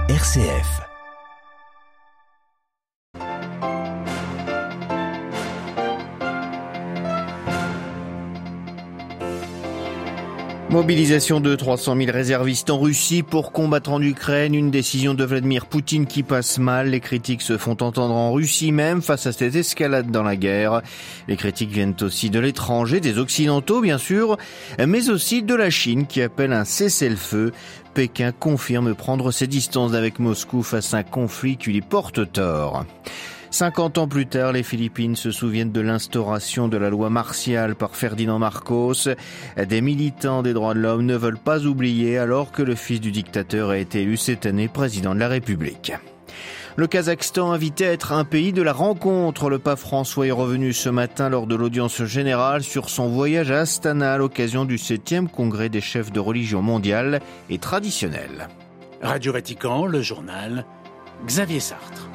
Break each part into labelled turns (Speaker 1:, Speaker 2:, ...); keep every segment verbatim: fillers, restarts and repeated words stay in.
Speaker 1: R C F. Mobilisation de trois cent mille réservistes en Russie pour combattre en Ukraine, une décision de Vladimir Poutine qui passe mal. Les critiques se font entendre en Russie même face à cette escalade dans la guerre. Les critiques viennent aussi de l'étranger, des Occidentaux bien sûr, mais aussi de la Chine qui appelle un cessez-le-feu. Pékin confirme prendre ses distances avec Moscou face à un conflit qui lui porte tort. cinquante ans plus tard, les Philippines se souviennent de l'instauration de la loi martiale par Ferdinand Marcos. Des militants des droits de l'homme ne veulent pas oublier alors que le fils du dictateur a été élu cette année président de la République. Le Kazakhstan invité à être un pays de la rencontre. Le pape François est revenu ce matin lors de l'audience générale sur son voyage à Astana à l'occasion du septième congrès des chefs de religion mondiale et traditionnelle.
Speaker 2: Radio Vatican, le journal, Xavier Sartre.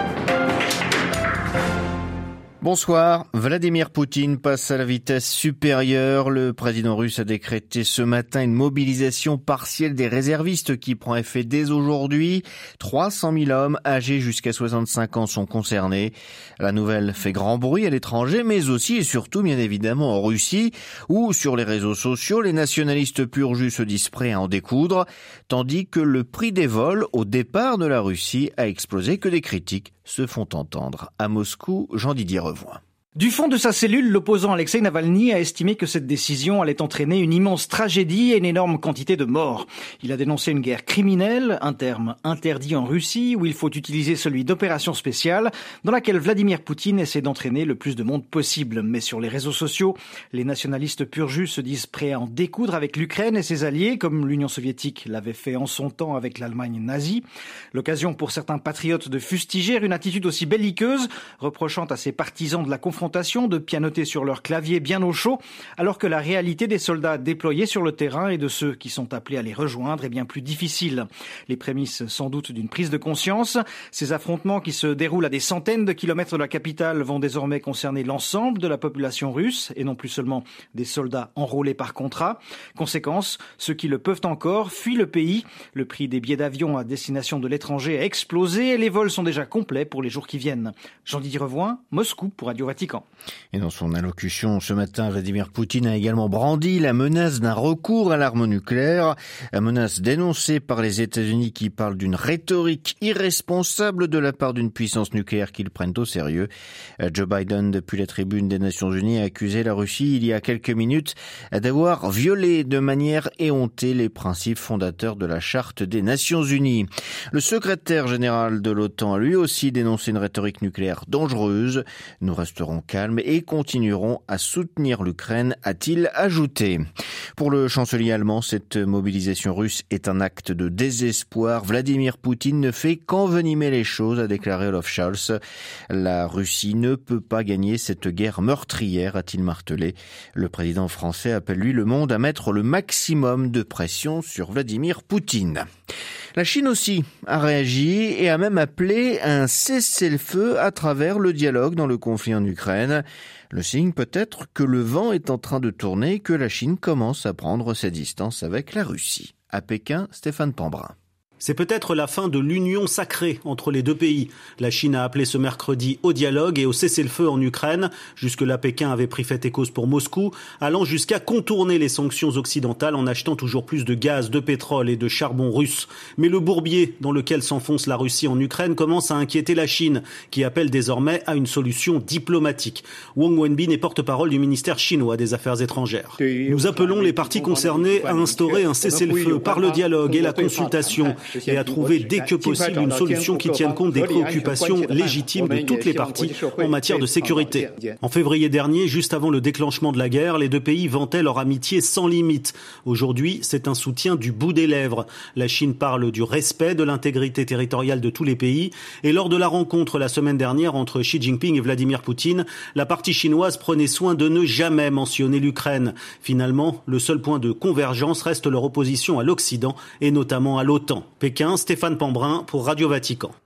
Speaker 1: Bonsoir. Vladimir Poutine passe à la vitesse supérieure. Le président russe a décrété ce matin une mobilisation partielle des réservistes qui prend effet dès aujourd'hui. trois cent mille hommes âgés jusqu'à soixante-cinq ans sont concernés. La nouvelle fait grand bruit à l'étranger, mais aussi et surtout bien évidemment en Russie, où sur les réseaux sociaux, les nationalistes pur jus se disent prêts à en découdre, tandis que le prix des vols au départ de la Russie a explosé, que des critiques se font entendre. À Moscou, Jean-Didier Revoin.
Speaker 3: Du fond de sa cellule, l'opposant Alexeï Navalny a estimé que cette décision allait entraîner une immense tragédie et une énorme quantité de morts. Il a dénoncé une guerre criminelle, un terme interdit en Russie, où il faut utiliser celui d'opération spéciale, dans laquelle Vladimir Poutine essaie d'entraîner le plus de monde possible. Mais sur les réseaux sociaux, les nationalistes pur jus se disent prêts à en découdre avec l'Ukraine et ses alliés, comme l'Union soviétique l'avait fait en son temps avec l'Allemagne nazie. L'occasion pour certains patriotes de fustiger une attitude aussi belliqueuse, reprochant à ses partisans de la confrontation de pianoter sur leur clavier bien au chaud, alors que la réalité des soldats déployés sur le terrain et de ceux qui sont appelés à les rejoindre est bien plus difficile. Les prémices sans doute d'une prise de conscience. Ces affrontements qui se déroulent à des centaines de kilomètres de la capitale vont désormais concerner l'ensemble de la population russe et non plus seulement des soldats enrôlés par contrat. Conséquence, ceux qui le peuvent encore fuient le pays. Le prix des billets d'avion à destination de l'étranger a explosé et les vols sont déjà complets pour les jours qui viennent. Jean-Didier Revoin, Moscou pour Radio Vatican.
Speaker 1: Et dans son allocution ce matin, Vladimir Poutine a également brandi la menace d'un recours à l'arme nucléaire, la menace dénoncée par les États-Unis qui parlent d'une rhétorique irresponsable de la part d'une puissance nucléaire qu'ils prennent au sérieux. Joe Biden, depuis la tribune des Nations Unies, a accusé la Russie il y a quelques minutes d'avoir violé de manière éhontée les principes fondateurs de la Charte des Nations Unies. Le secrétaire général de l'OTAN a lui aussi dénoncé une rhétorique nucléaire dangereuse. Nous resterons calmes et continueront à soutenir l'Ukraine, a-t-il ajouté. Pour le chancelier allemand, cette mobilisation russe est un acte de désespoir. Vladimir Poutine ne fait qu'envenimer les choses, a déclaré Olaf Scholz. La Russie ne peut pas gagner cette guerre meurtrière, a-t-il martelé. Le président français appelle lui le monde à mettre le maximum de pression sur Vladimir Poutine. La Chine aussi a réagi et a même appelé un cessez-le-feu à travers le dialogue dans le conflit en Ukraine. Le signe peut-être que le vent est en train de tourner et que la Chine commence à prendre ses distances avec la Russie. À Pékin, Stéphane Pambrin.
Speaker 4: C'est peut-être la fin de l'union sacrée entre les deux pays. La Chine a appelé ce mercredi au dialogue et au cessez-le-feu en Ukraine. Jusque-là, Pékin avait pris fait et cause pour Moscou, allant jusqu'à contourner les sanctions occidentales en achetant toujours plus de gaz, de pétrole et de charbon russe. Mais le bourbier dans lequel s'enfonce la Russie en Ukraine commence à inquiéter la Chine, qui appelle désormais à une solution diplomatique. Wang Wenbin est porte-parole du ministère chinois des Affaires étrangères. Nous appelons les parties concernées à instaurer un cessez-le-feu par le dialogue et la consultation, et à trouver dès que possible une solution qui tienne compte des préoccupations légitimes de toutes les parties en matière de sécurité. En février dernier, juste avant le déclenchement de la guerre, les deux pays vantaient leur amitié sans limite. Aujourd'hui, c'est un soutien du bout des lèvres. La Chine parle du respect de l'intégrité territoriale de tous les pays et lors de la rencontre la semaine dernière entre Xi Jinping et Vladimir Poutine, la partie chinoise prenait soin de ne jamais mentionner l'Ukraine. Finalement, le seul point de convergence reste leur opposition à l'Occident et notamment à l'OTAN. Pékin, Stéphane Pambrin pour Radio Vatican.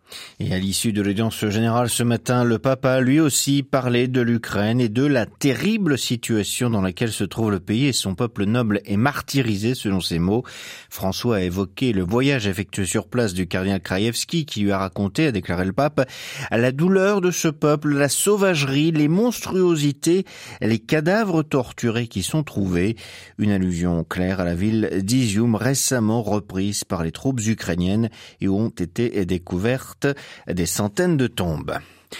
Speaker 1: Et à l'issue de l'audience générale ce matin, le pape a lui aussi parlé de l'Ukraine et de la terrible situation dans laquelle se trouve le pays et son peuple noble est martyrisé, selon ses mots. François a évoqué le voyage effectué sur place du cardinal Krajewski qui lui a raconté, a déclaré le pape, la douleur de ce peuple, la sauvagerie, les monstruosités, les cadavres torturés qui sont trouvés. Une allusion claire à la ville d'Izium récemment reprise par les troupes ukrainiennes et où ont été découvertes des centaines de tombes.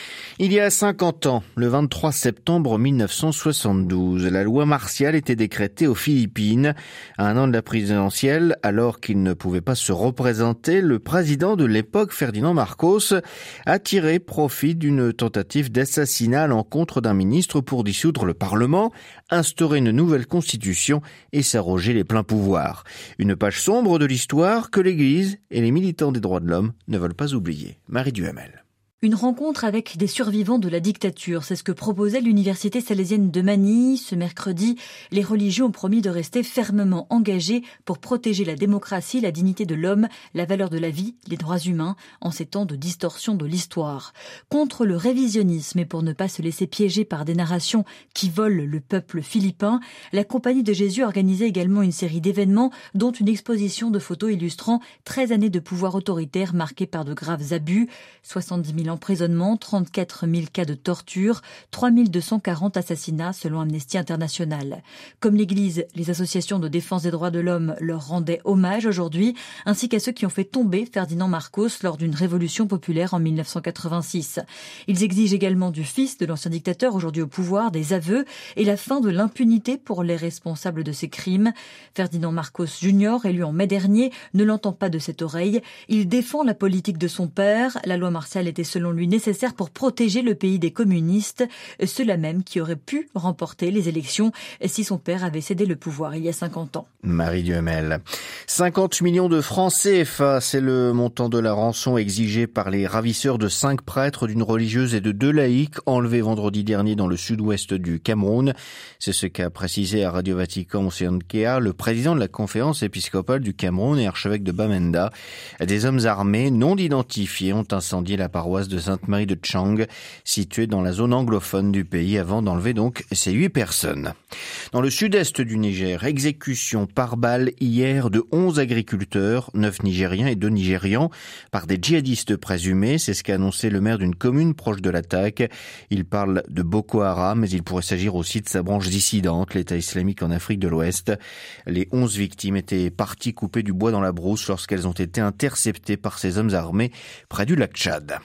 Speaker 1: Il y a cinquante ans, le vingt-trois septembre mille neuf cent soixante-douze, la loi martiale était décrétée aux Philippines. À un an de la présidentielle, alors qu'il ne pouvait pas se représenter, le président de l'époque, Ferdinand Marcos, a tiré profit d'une tentative d'assassinat à l'encontre d'un ministre pour dissoudre le Parlement, instaurer une nouvelle constitution et s'arroger les pleins pouvoirs. Une page sombre de l'histoire que l'Église et les militants des droits de l'homme ne veulent pas oublier. Marie Duhamel.
Speaker 5: Une rencontre avec des survivants de la dictature, c'est ce que proposait l'université salésienne de Manille. Ce mercredi, les religieux ont promis de rester fermement engagés pour protéger la démocratie, la dignité de l'homme, la valeur de la vie, les droits humains, en ces temps de distorsion de l'histoire. Contre le révisionnisme et pour ne pas se laisser piéger par des narrations qui volent le peuple philippin, la Compagnie de Jésus a organisé également une série d'événements, dont une exposition de photos illustrant treize années de pouvoir autoritaire marquées par de graves abus, soixante-dix mille emprisonnements, trente-quatre mille cas de torture, trois mille deux cent quarante assassinats selon Amnesty International. Comme l'Église, les associations de défense des droits de l'homme leur rendaient hommage aujourd'hui, ainsi qu'à ceux qui ont fait tomber Ferdinand Marcos lors d'une révolution populaire en mille neuf cent quatre-vingt-six. Ils exigent également du fils de l'ancien dictateur, aujourd'hui au pouvoir, des aveux et la fin de l'impunité pour les responsables de ces crimes. Ferdinand Marcos junior, élu en mai dernier, ne l'entend pas de cette oreille. Il défend la politique de son père. La loi martiale était selon lui nécessaire pour protéger le pays des communistes, ceux-là même qui auraient pu remporter les élections si son père avait cédé le pouvoir il y a cinquante ans.
Speaker 1: Marie Duhamel. cinquante millions de francs C F A, c'est le montant de la rançon exigée par les ravisseurs de cinq prêtres, d'une religieuse et de deux laïcs enlevés vendredi dernier dans le sud-ouest du Cameroun. C'est ce qu'a précisé à Radio Vatican Monsieur Nkea, le président de la conférence épiscopale du Cameroun et archevêque de Bamenda. Des hommes armés non identifiés ont incendié la paroisse de Sainte-Marie de Tchang, située dans la zone anglophone du pays, avant d'enlever donc ces huit personnes. Dans le sud-est du Niger, exécution par balle hier de onze agriculteurs, neuf Nigériens et deux Nigérians, par des djihadistes présumés. C'est ce qu'a annoncé le maire d'une commune proche de l'attaque. Il parle de Boko Haram, mais il pourrait s'agir aussi de sa branche dissidente, l'État islamique en Afrique de l'Ouest. Les onze victimes étaient parties couper du bois dans la brousse lorsqu'elles ont été interceptées par ces hommes armés près du lac Tchad.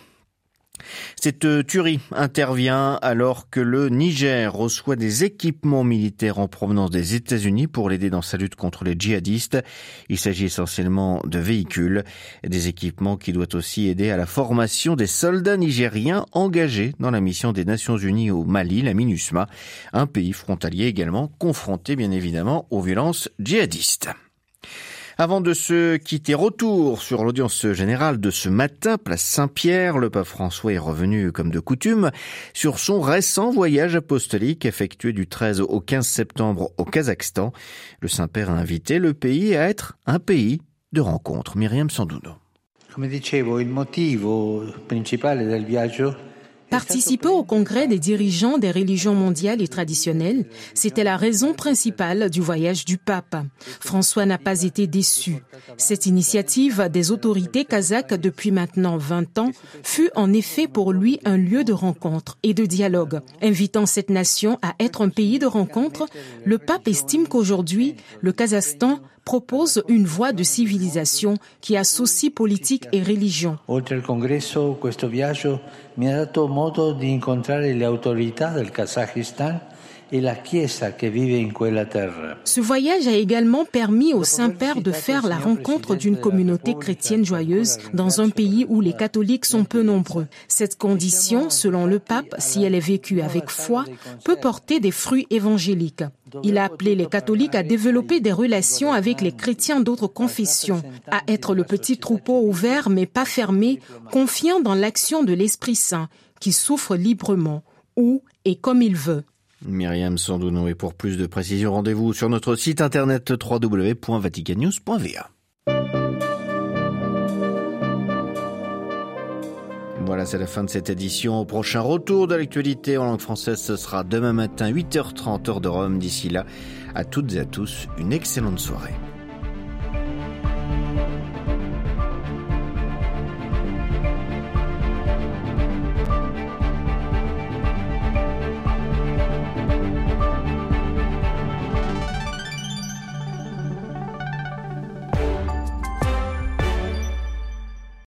Speaker 1: Cette tuerie intervient alors que le Niger reçoit des équipements militaires en provenance des États-Unis pour l'aider dans sa lutte contre les djihadistes. Il s'agit essentiellement de véhicules, des équipements qui doivent aussi aider à la formation des soldats nigériens engagés dans la mission des Nations Unies au Mali, la MINUSMA, un pays frontalier également confronté bien évidemment aux violences djihadistes. Avant de se quitter, retour sur l'audience générale de ce matin, place Saint-Pierre. Le pape François est revenu, comme de coutume, sur son récent voyage apostolique effectué du treize au quinze septembre au Kazakhstan. Le Saint-Père a invité le pays à être un pays de rencontre. Myriam Sandouno.
Speaker 6: Come dicevo, il motivo principale del viaggio.
Speaker 7: Participer au congrès des dirigeants des religions mondiales et traditionnelles, c'était la raison principale du voyage du pape. François n'a pas été déçu. Cette initiative des autorités kazakhs depuis maintenant vingt ans fut en effet pour lui un lieu de rencontre et de dialogue. Invitant cette nation à être un pays de rencontre, le pape estime qu'aujourd'hui, le Kazakhstan propose une voie de civilisation qui associe politique et religion.
Speaker 6: Oltre al congresso, questo viaggio mi ha dato modo di incontrare le autorità del Kazakistan et la Chiesa che vive in quella terra.
Speaker 7: Ce voyage a également permis au Saint-Père de faire la rencontre d'une communauté chrétienne joyeuse dans un pays où les catholiques sont peu nombreux. Cette condition, selon le pape, si elle est vécue avec foi, peut porter des fruits évangéliques. Il a appelé les catholiques à développer des relations avec les chrétiens d'autres confessions, à être le petit troupeau ouvert mais pas fermé, confiant dans l'action de l'Esprit Saint, qui souffre librement, où et comme il veut.
Speaker 1: Myriam Sandouno, et pour plus de précisions, rendez-vous sur notre site internet w w w point vatican news point v a. Voilà, c'est la fin de cette édition. Au prochain retour de l'actualité en langue française, ce sera demain matin, huit heures trente, heure de Rome. D'ici là, à toutes et à tous, une excellente soirée.